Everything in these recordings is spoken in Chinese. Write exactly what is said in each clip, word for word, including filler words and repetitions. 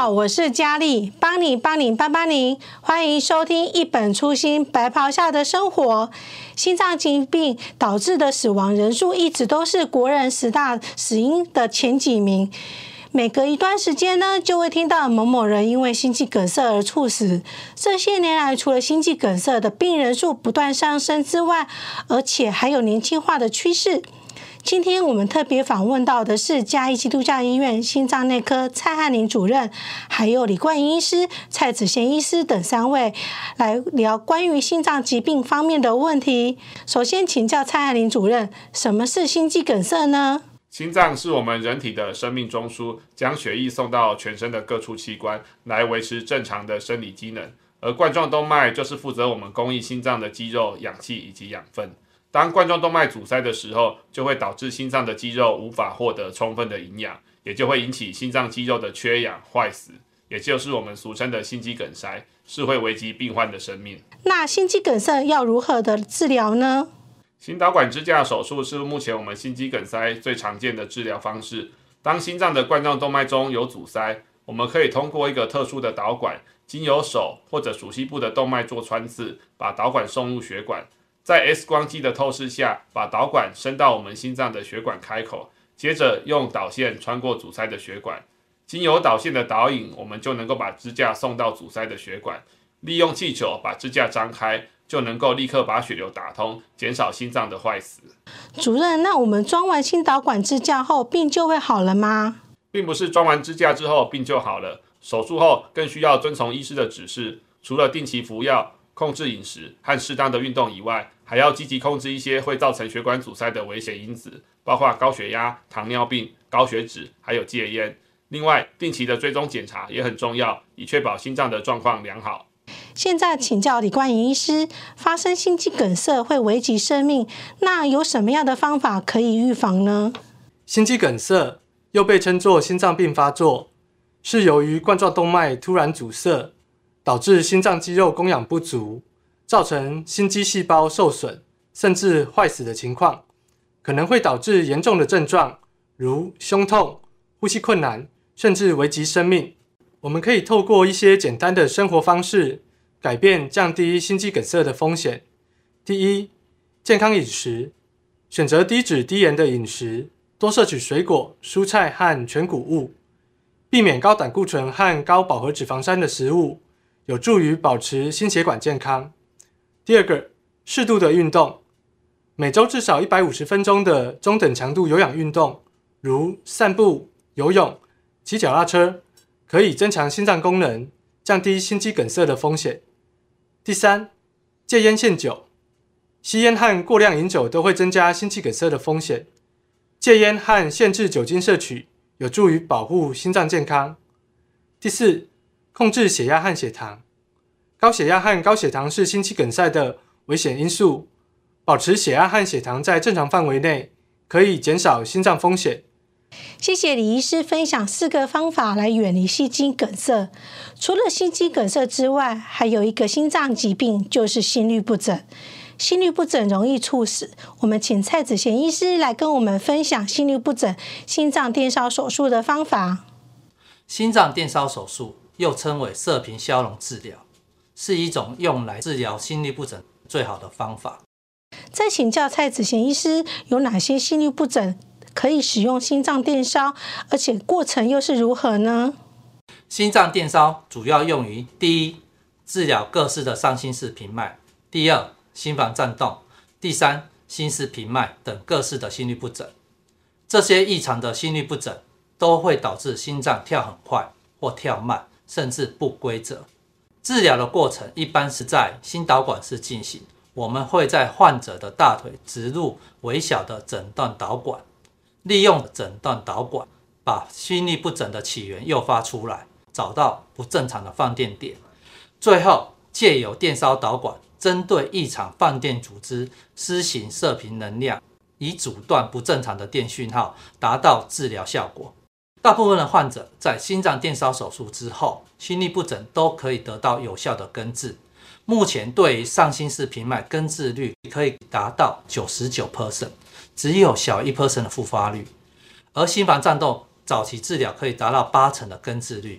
我是佳丽，帮你帮你帮帮你，欢迎收听一本初心白袍下的生活。心脏疾病导致的死亡人数一直都是国人十大死因的前几名。每隔一段时间呢，就会听到某某人因为心肌梗塞而猝死。这些年来，除了心肌梗塞的病人数不断上升之外，而且还有年轻化的趋势。今天我们特别访问到的是嘉义基督教医院心脏内科蔡翰林主任，还有李冠英医师、蔡子贤医师等三位，来聊关于心脏疾病方面的问题。首先请教蔡翰林主任，什么是心肌梗塞呢？ 心脏是我们人体的生命中枢，将血液送到全身的各处器官，来维持正常的生理机能。而冠状动脉就是负责我们供应心脏的肌肉、氧气以及养分。当冠状动脉阻塞的时候，就会导致心脏的肌肉无法获得充分的营养，也就会引起心脏肌肉的缺氧坏死，也就是我们俗称的心肌梗塞，是会危及病患的生命。 那心肌梗塞要如何的治疗呢？ 心导管支架手术是目前我们心肌梗塞最常见的治疗方式。当心脏的冠状动脉中有阻塞，我们可以通过一个特殊的导管，经由手或者属膝部的动脉做穿刺，把导管送入血管。在 X 光机的透视下，把导管伸到我们心脏的血管开口，接着用导线穿过阻塞的血管，经由导线的导引，我们就能够把支架送到阻塞的血管，利用气球把支架张开，就能够立刻把血流打通，减少心脏的坏死。 主任，那我们装完心导管支架后，病就会好了吗？ 并不是装完支架之后病就好了，手术后更需要遵从医师的指示，除了定期服药、控制饮食和适当的运动以外，还要积极控制一些会造成血管阻塞的危险因子，包括高血压、糖尿病、高血脂，还有戒烟。另外，定期的追踪检查也很重要，以确保心脏的状况良好。 现在请教李冠英医师，发生心肌梗塞会危及生命，那有什么样的方法可以预防呢？ 心肌梗塞又被称作心脏病发作，是由于冠状动脉突然阻塞，导致心脏肌肉供氧不足，造成心肌细胞受损甚至坏死的情况，可能会导致严重的症状，如胸痛、呼吸困难，甚至危及生命。我们可以透过一些简单的生活方式，改变降低心肌梗塞的风险。第一，健康饮食，选择低脂低盐的饮食，多摄取水果、蔬菜和全谷物，避免高胆固醇和高饱和脂肪酸的食物，有助于保持心血管健康。第二个，适度的运动，每周至少一百五十分钟的中等强度有氧运动，如散步、游泳、骑脚踏车，可以增强心脏功能，降低心肌梗塞的风险。第三，戒烟限酒，吸烟和过量饮酒都会增加心肌梗塞的风险。戒烟和限制酒精摄取，有助于保护心脏健康。第四，控制血压和血糖，高血压和高血糖是心肌梗塞的危险因素，保持血压和血糖在正常范围内，可以减少心脏风险。 谢谢李医师分享四个方法来远离心肌梗塞。除了心肌梗塞之外，还有一个心脏疾病，就是心律不整。心律不整容易猝死，我们请蔡子贤医师来跟我们分享心律不整心脏电烧手术的方法。 心脏电烧手术又称为射频消融治疗，是一种用来治疗心律不整最好的方法。 再请教蔡子贤医师，有哪些心律不整可以使用心脏电烧，而且过程又是如何呢？ 心脏电烧主要用于第一，治疗各式的上心室频脉；第二，心房颤动；第三，心室频脉等各式的心律不整。这些异常的心律不整都会导致心脏跳很快或跳慢，甚至不规则。治疗的过程一般是在心导管室进行，我们会在患者的大腿植入微小的诊断导管，利用诊断导管把心律不整的起源诱发出来，找到不正常的放电点，最后借由电烧导管针对异常放电组织施行射频能量，以阻断不正常的电讯号，达到治疗效果。大部分的患者在心脏电烧手术之后，心律不整都可以得到有效的根治。目前对于上心室频脉根治率可以达到 百分之九十九， 只有小 百分之一 的复发率。而心房颤动早期治疗可以达到八成的根治率。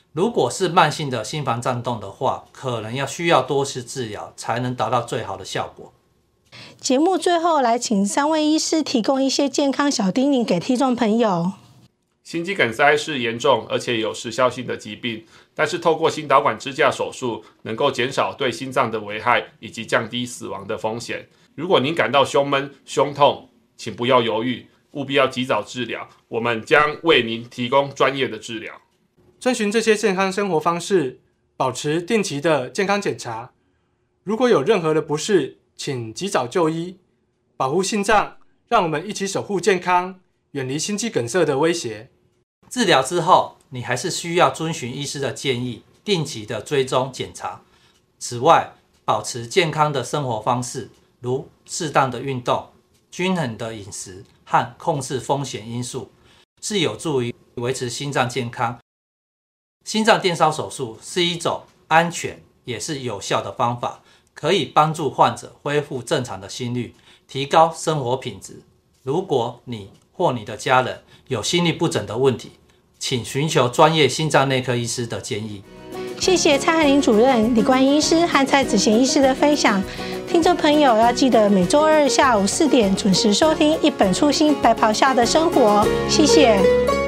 如果是慢性的心房颤动的话，可能要需要多次治疗才能达到最好的效果。 节目最后来请三位医师提供一些健康小叮咛给听众朋友。 心肌梗塞是严重而且有时效性的疾病，但是透过心导管支架手术能够减少对心脏的危害以及降低死亡的风险。如果您感到胸闷、胸痛，请不要犹豫，务必要及早治疗，我们将为您提供专业的治疗。 遵循这些健康生活方式，保持定期的健康检查。如果有任何的不适，请及早就医，保护心脏，让我们一起守护健康，远离心肌梗塞的威胁。 治疗之后，你还是需要遵循医师的建议，定期的追踪检查。此外，保持健康的生活方式，如适当的运动、均衡的饮食和控制风险因素，是有助于维持心脏健康。心脏电烧手术是一种安全也是有效的方法，可以帮助患者恢复正常的心率，提高生活品质。如果你或你的家人有心律不整的问题，请寻求专业心脏内科医师的建议。 谢谢蔡翰林主任、李冠医师和蔡子贤医师的分享。听众朋友要记得每周二下午四点准时收听《一本初心白袍下的生活》。谢谢。